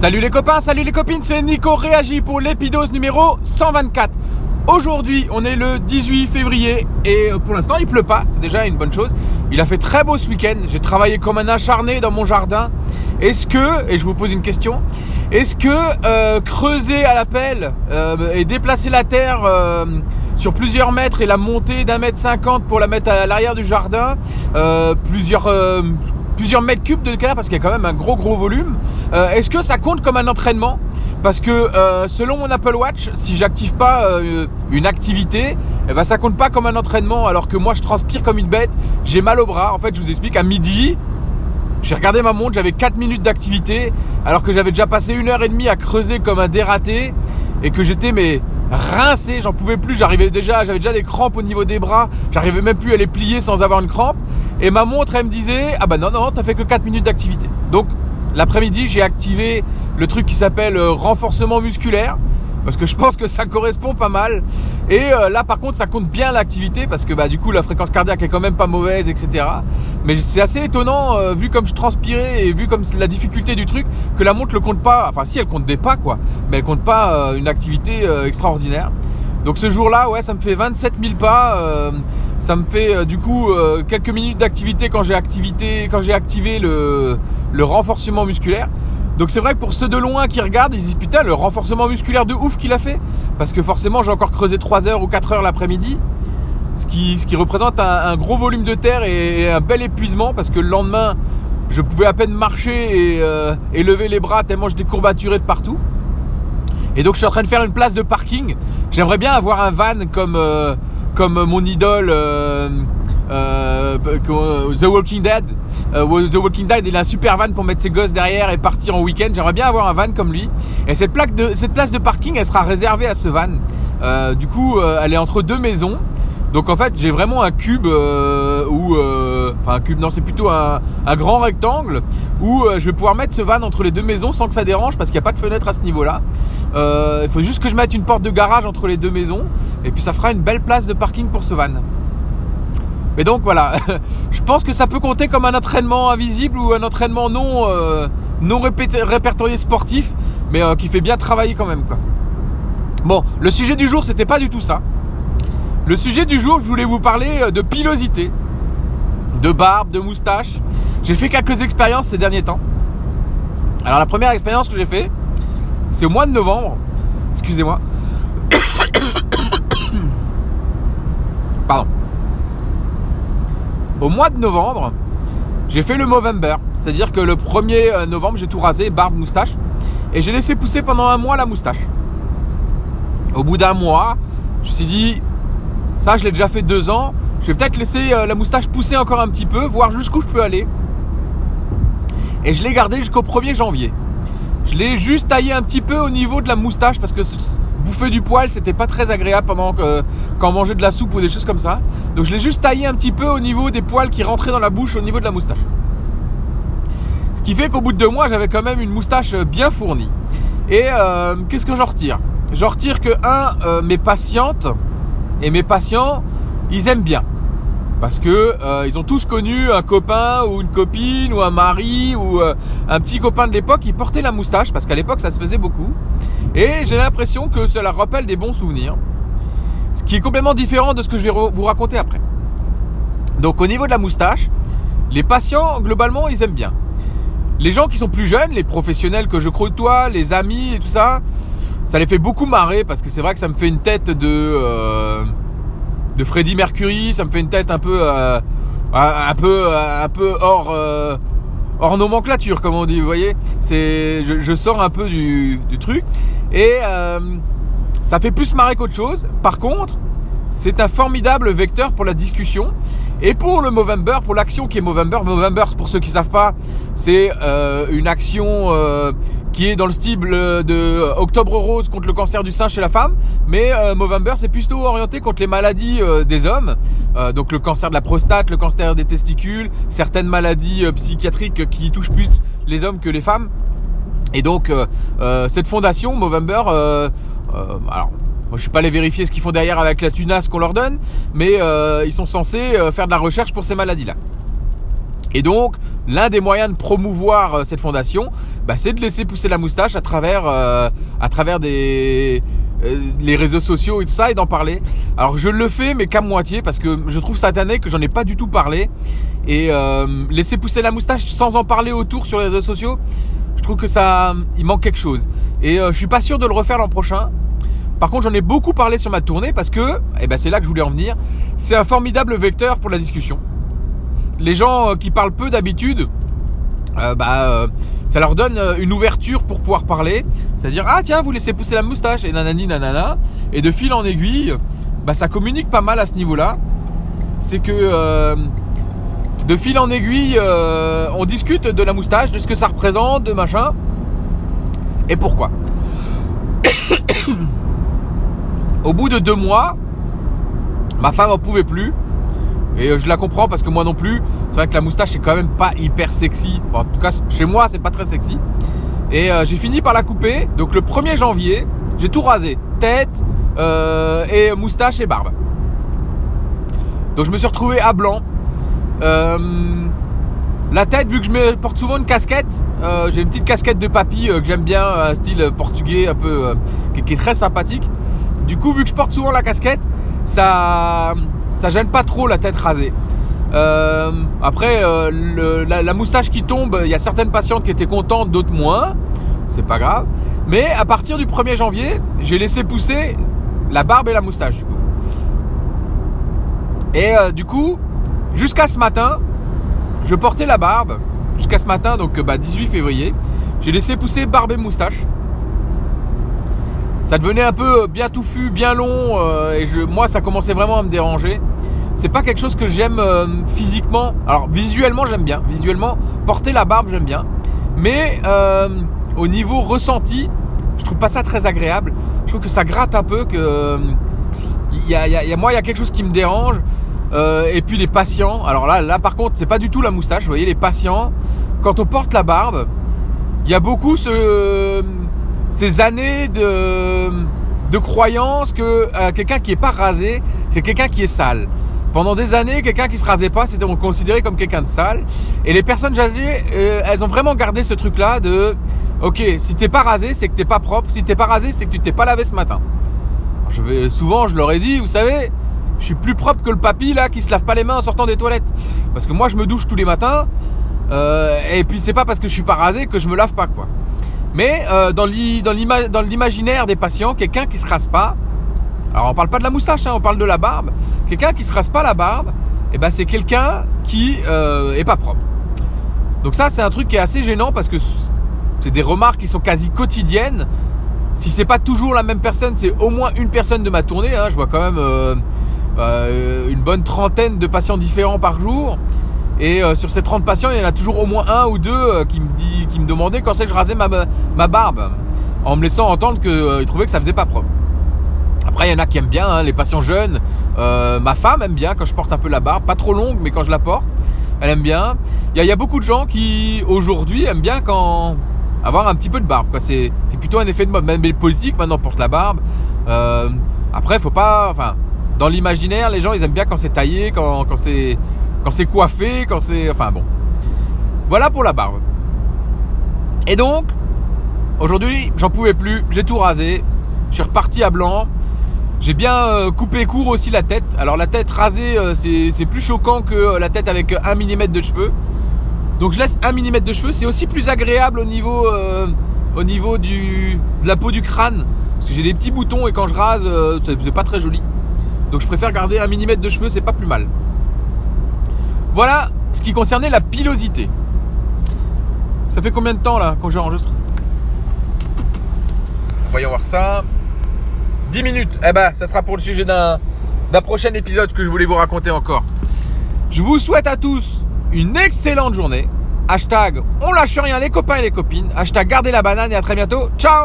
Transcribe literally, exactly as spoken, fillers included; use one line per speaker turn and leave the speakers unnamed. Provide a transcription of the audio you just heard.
Salut les copains, salut les copines, c'est Nico Réagi pour l'épidose numéro cent vingt-quatre. Aujourd'hui, on est le dix-huit février et pour l'instant, il pleut pas, c'est déjà une bonne chose. Il a fait très beau ce week-end, j'ai travaillé comme un acharné dans mon jardin. Est-ce que, et je vous pose une question, est-ce que euh, creuser à la pelle euh, et déplacer la terre euh, sur plusieurs mètres et la monter d'un mètre cinquante pour la mettre à l'arrière du jardin, euh, plusieurs... Euh, plusieurs mètres cubes de terre parce qu'il y a quand même un gros gros volume. Euh, est-ce que ça compte comme un entraînement? Parce que euh, selon mon Apple Watch, si j'active pas euh, une activité, eh ben ça compte pas comme un entraînement. Alors que moi je transpire comme une bête, j'ai mal au bras. En fait, je vous explique, à midi, j'ai regardé ma montre, j'avais quatre minutes d'activité, alors que j'avais déjà passé une heure et demie à creuser comme un dératé et que j'étais mais rincé, j'en pouvais plus, j'arrivais déjà, j'avais déjà des crampes au niveau des bras, j'arrivais même plus à les plier sans avoir une crampe. Et ma montre, elle me disait, ah bah non, non, t'as fait que quatre minutes d'activité. Donc, l'après-midi, j'ai activé le truc qui s'appelle euh, renforcement musculaire, parce que je pense que ça correspond pas mal. Et euh, là, par contre, ça compte bien l'activité, parce que bah du coup, la fréquence cardiaque est quand même pas mauvaise, et cetera. Mais c'est assez étonnant, euh, vu comme je transpirais et vu comme la difficulté du truc, que la montre le compte pas. Enfin, si, elle compte des pas, quoi, mais elle compte pas euh, une activité euh, extraordinaire. Donc ce jour-là, ouais, ça me fait vingt-sept mille pas. Euh, ça me fait euh, du coup euh, quelques minutes d'activité quand j'ai activité, quand j'ai activé le, le renforcement musculaire. Donc c'est vrai que pour ceux de loin qui regardent, ils se disent putain, le renforcement musculaire de ouf qu'il a fait. Parce que forcément, j'ai encore creusé trois heures ou quatre heures l'après-midi. Ce qui, ce qui représente un, un gros volume de terre et, et un bel épuisement. Parce que le lendemain, je pouvais à peine marcher et, euh, et lever les bras tellement j'étais courbaturé de partout. Et donc je suis en train de faire une place de parking. J'aimerais bien avoir un van comme euh, comme mon idole euh, euh, The Walking Dead. Euh, The Walking Dead, il a un super van pour mettre ses gosses derrière et partir en week-end. J'aimerais bien avoir un van comme lui. Et cette plaque de cette place de parking, elle sera réservée à ce van. Euh, du coup, euh, elle est entre deux maisons. Donc en fait, j'ai vraiment un cube euh, où, euh, enfin un cube, non, c'est plutôt un, un grand rectangle où euh, je vais pouvoir mettre ce van entre les deux maisons sans que ça dérange parce qu'il n'y a pas de fenêtre à ce niveau-là. Euh, il faut juste que je mette une porte de garage entre les deux maisons et puis ça fera une belle place de parking pour ce van. Mais donc voilà, je pense que ça peut compter comme un entraînement invisible ou un entraînement non euh, non répété, répertorié sportif, mais euh, qui fait bien travailler quand même, quoi. Bon, le sujet du jour, c'était pas du tout ça. Le sujet du jour, je voulais vous parler de pilosité, de barbe, de moustache. J'ai fait quelques expériences ces derniers temps. Alors la première expérience que j'ai fait, c'est au mois de novembre. Excusez-moi. Pardon. Au mois de novembre, j'ai fait le Movember. C'est-à-dire que le premier novembre, j'ai tout rasé, barbe, moustache. Et j'ai laissé pousser pendant un mois la moustache. Au bout d'un mois, je me suis dit... Ça, je l'ai déjà fait deux ans. Je vais peut-être laisser euh, la moustache pousser encore un petit peu, voir jusqu'où je peux aller. Et je l'ai gardé jusqu'au premier janvier. Je l'ai juste taillé un petit peu au niveau de la moustache parce que bouffer du poil, c'était pas très agréable pendant que quand on mangeait de la soupe ou des choses comme ça. Donc je l'ai juste taillé un petit peu au niveau des poils qui rentraient dans la bouche, au niveau de la moustache. Ce qui fait qu'au bout de deux mois, j'avais quand même une moustache bien fournie. Et euh, qu'est-ce que j'en retire? J'en retire que un, euh, mes patientes et mes patients, ils aiment bien. Parce que euh, ils ont tous connu un copain ou une copine ou un mari ou euh, un petit copain de l'époque qui portait la moustache. Parce qu'à l'époque, ça se faisait beaucoup. Et j'ai l'impression que ça leur rappelle des bons souvenirs. Ce qui est complètement différent de ce que je vais vous raconter après. Donc au niveau de la moustache, les patients, globalement, ils aiment bien. Les gens qui sont plus jeunes, les professionnels que je côtoie, les amis et tout ça... Ça les fait beaucoup marrer parce que c'est vrai que ça me fait une tête de euh, de Freddie Mercury, ça me fait une tête un peu euh, un peu un peu hors euh, hors nomenclature comme on dit, vous voyez. C'est je, je sors un peu du, du truc et euh, ça fait plus marrer qu'autre chose. Par contre, c'est un formidable vecteur pour la discussion et pour le Movember, pour l'action qui est Movember. Movember, pour ceux qui savent pas, c'est euh, une action euh, qui est dans le style de Octobre Rose contre le cancer du sein chez la femme. Mais euh, Movember, c'est plutôt orienté contre les maladies euh, des hommes. Euh, donc le cancer de la prostate, le cancer des testicules, certaines maladies euh, psychiatriques qui touchent plus les hommes que les femmes. Et donc euh, euh, cette fondation Movember, euh, euh, alors moi, je suis pas allé vérifier ce qu'ils font derrière avec la tunasse qu'on leur donne, mais euh, ils sont censés euh, faire de la recherche pour ces maladies-là. Et donc, l'un des moyens de promouvoir euh, cette fondation, bah, c'est de laisser pousser la moustache à travers, euh, à travers des, euh, les réseaux sociaux et tout ça, et d'en parler. Alors, je le fais, mais qu'à moitié, parce que je trouve cette année que j'en ai pas du tout parlé. Et euh, laisser pousser la moustache sans en parler autour sur les réseaux sociaux, je trouve que ça, il manque quelque chose. Et euh, je suis pas sûr de le refaire l'an prochain. Par contre, j'en ai beaucoup parlé sur ma tournée parce que, eh ben, c'est là que je voulais en venir. C'est un formidable vecteur pour la discussion. Les gens qui parlent peu d'habitude, euh, bah, euh, ça leur donne une ouverture pour pouvoir parler. C'est-à-dire, ah tiens, vous laissez pousser la moustache et nanani nanana. Et de fil en aiguille, bah, ça communique pas mal à ce niveau-là. C'est que euh, de fil en aiguille, euh, on discute de la moustache, de ce que ça représente, de machin. Et pourquoi. Au bout de deux mois, ma femme en pouvait plus. Et je la comprends parce que moi non plus. C'est vrai que la moustache c'est quand même pas hyper sexy. Enfin, en tout cas chez moi c'est pas très sexy. Et euh, j'ai fini par la couper. Donc le premier janvier, j'ai tout rasé. Tête, euh, et moustache et barbe. Donc je me suis retrouvé à blanc. Euh, la tête, vu que je me porte souvent une casquette, euh, j'ai une petite casquette de papy euh, que j'aime bien, un style portugais un peu euh, qui, qui est très sympathique. Du coup, vu que je porte souvent la casquette, ça ça gêne pas trop la tête rasée. Euh, après, euh, le, la, la moustache qui tombe, il y a certaines patientes qui étaient contentes, d'autres moins. C'est pas grave. Mais à partir du premier janvier, j'ai laissé pousser la barbe et la moustache du coup. Et euh, du coup, jusqu'à ce matin, je portais la barbe. Jusqu'à ce matin, donc bah, dix-huit février, j'ai laissé pousser barbe et moustache. Ça devenait un peu bien touffu, bien long, euh, et je, moi ça commençait vraiment à me déranger. C'est pas quelque chose que j'aime euh, physiquement. Alors visuellement j'aime bien, visuellement porter la barbe j'aime bien, mais euh, au niveau ressenti, je trouve pas ça très agréable. Je trouve que ça gratte un peu, que euh, y a, y a, y a, moi il y a quelque chose qui me dérange. Euh, et puis les patients, alors là, là par contre c'est pas du tout la moustache. Vous voyez les patients, quand on porte la barbe, il y a beaucoup ce ces années de, de croyance que euh, quelqu'un qui est pas rasé, c'est quelqu'un qui est sale. Pendant des années, quelqu'un qui se rasait pas, c'était considéré comme quelqu'un de sale. Et les personnes âgées, euh, elles ont vraiment gardé ce truc-là de, ok, si t'es pas rasé, c'est que t'es pas propre. Si t'es pas rasé, c'est que tu t'es pas lavé ce matin. Alors, je vais, souvent, je leur ai dit, vous savez, je suis plus propre que le papy là qui se lave pas les mains en sortant des toilettes. Parce que moi, je me douche tous les matins. Euh, et puis c'est pas parce que je suis pas rasé que je me lave pas quoi. Mais euh, dans l'imaginaire des patients, quelqu'un qui se rase pas, alors on parle pas de la moustache, hein, on parle de la barbe. Quelqu'un qui se rase pas la barbe, eh ben c'est quelqu'un qui euh, est pas propre. Donc ça c'est un truc qui est assez gênant parce que c'est des remarques qui sont quasi quotidiennes. Si c'est pas toujours la même personne, c'est au moins une personne de ma tournée. Hein. Je vois quand même euh, euh, une bonne trentaine de patients différents par jour. Et euh, sur ces trente patients, il y en a toujours au moins un ou deux euh, qui me dit, qui me demandaient quand c'est que je rasais ma, ma barbe, en me laissant entendre qu'ils euh, trouvaient que ça faisait pas propre. Après, il y en a qui aiment bien, hein, les patients jeunes. Euh, ma femme aime bien quand je porte un peu la barbe, pas trop longue, mais quand je la porte, elle aime bien. Il y a, il y a beaucoup de gens qui aujourd'hui aiment bien quand avoir un petit peu de barbe. Quoi. C'est, c'est plutôt un effet de mode. Même les politiques maintenant portent la barbe. Euh, après, faut pas, enfin, dans l'imaginaire, les gens ils aiment bien quand c'est taillé, quand, quand c'est Quand c'est coiffé, quand c'est... Enfin bon. Voilà pour la barbe. Et donc, aujourd'hui, j'en pouvais plus. J'ai tout rasé. Je suis reparti à blanc. J'ai bien euh, coupé court aussi la tête. Alors la tête rasée, euh, c'est, c'est plus choquant que la tête avec un millimètre de cheveux. Donc je laisse un millimètre de cheveux. C'est aussi plus agréable au niveau, euh, au niveau du, de la peau du crâne. Parce que j'ai des petits boutons et quand je rase, euh, c'est, c'est pas très joli. Donc je préfère garder un millimètre de cheveux, c'est pas plus mal. Voilà ce qui concernait la pilosité. Ça fait combien de temps là quand j'enregistre ? Voyons voir ça. dix minutes. Eh ben, ça sera pour le sujet d'un, d'un prochain épisode que je voulais vous raconter encore. Je vous souhaite à tous une excellente journée. Hashtag on lâche rien les copains et les copines. Hashtag gardez la banane et à très bientôt. Ciao !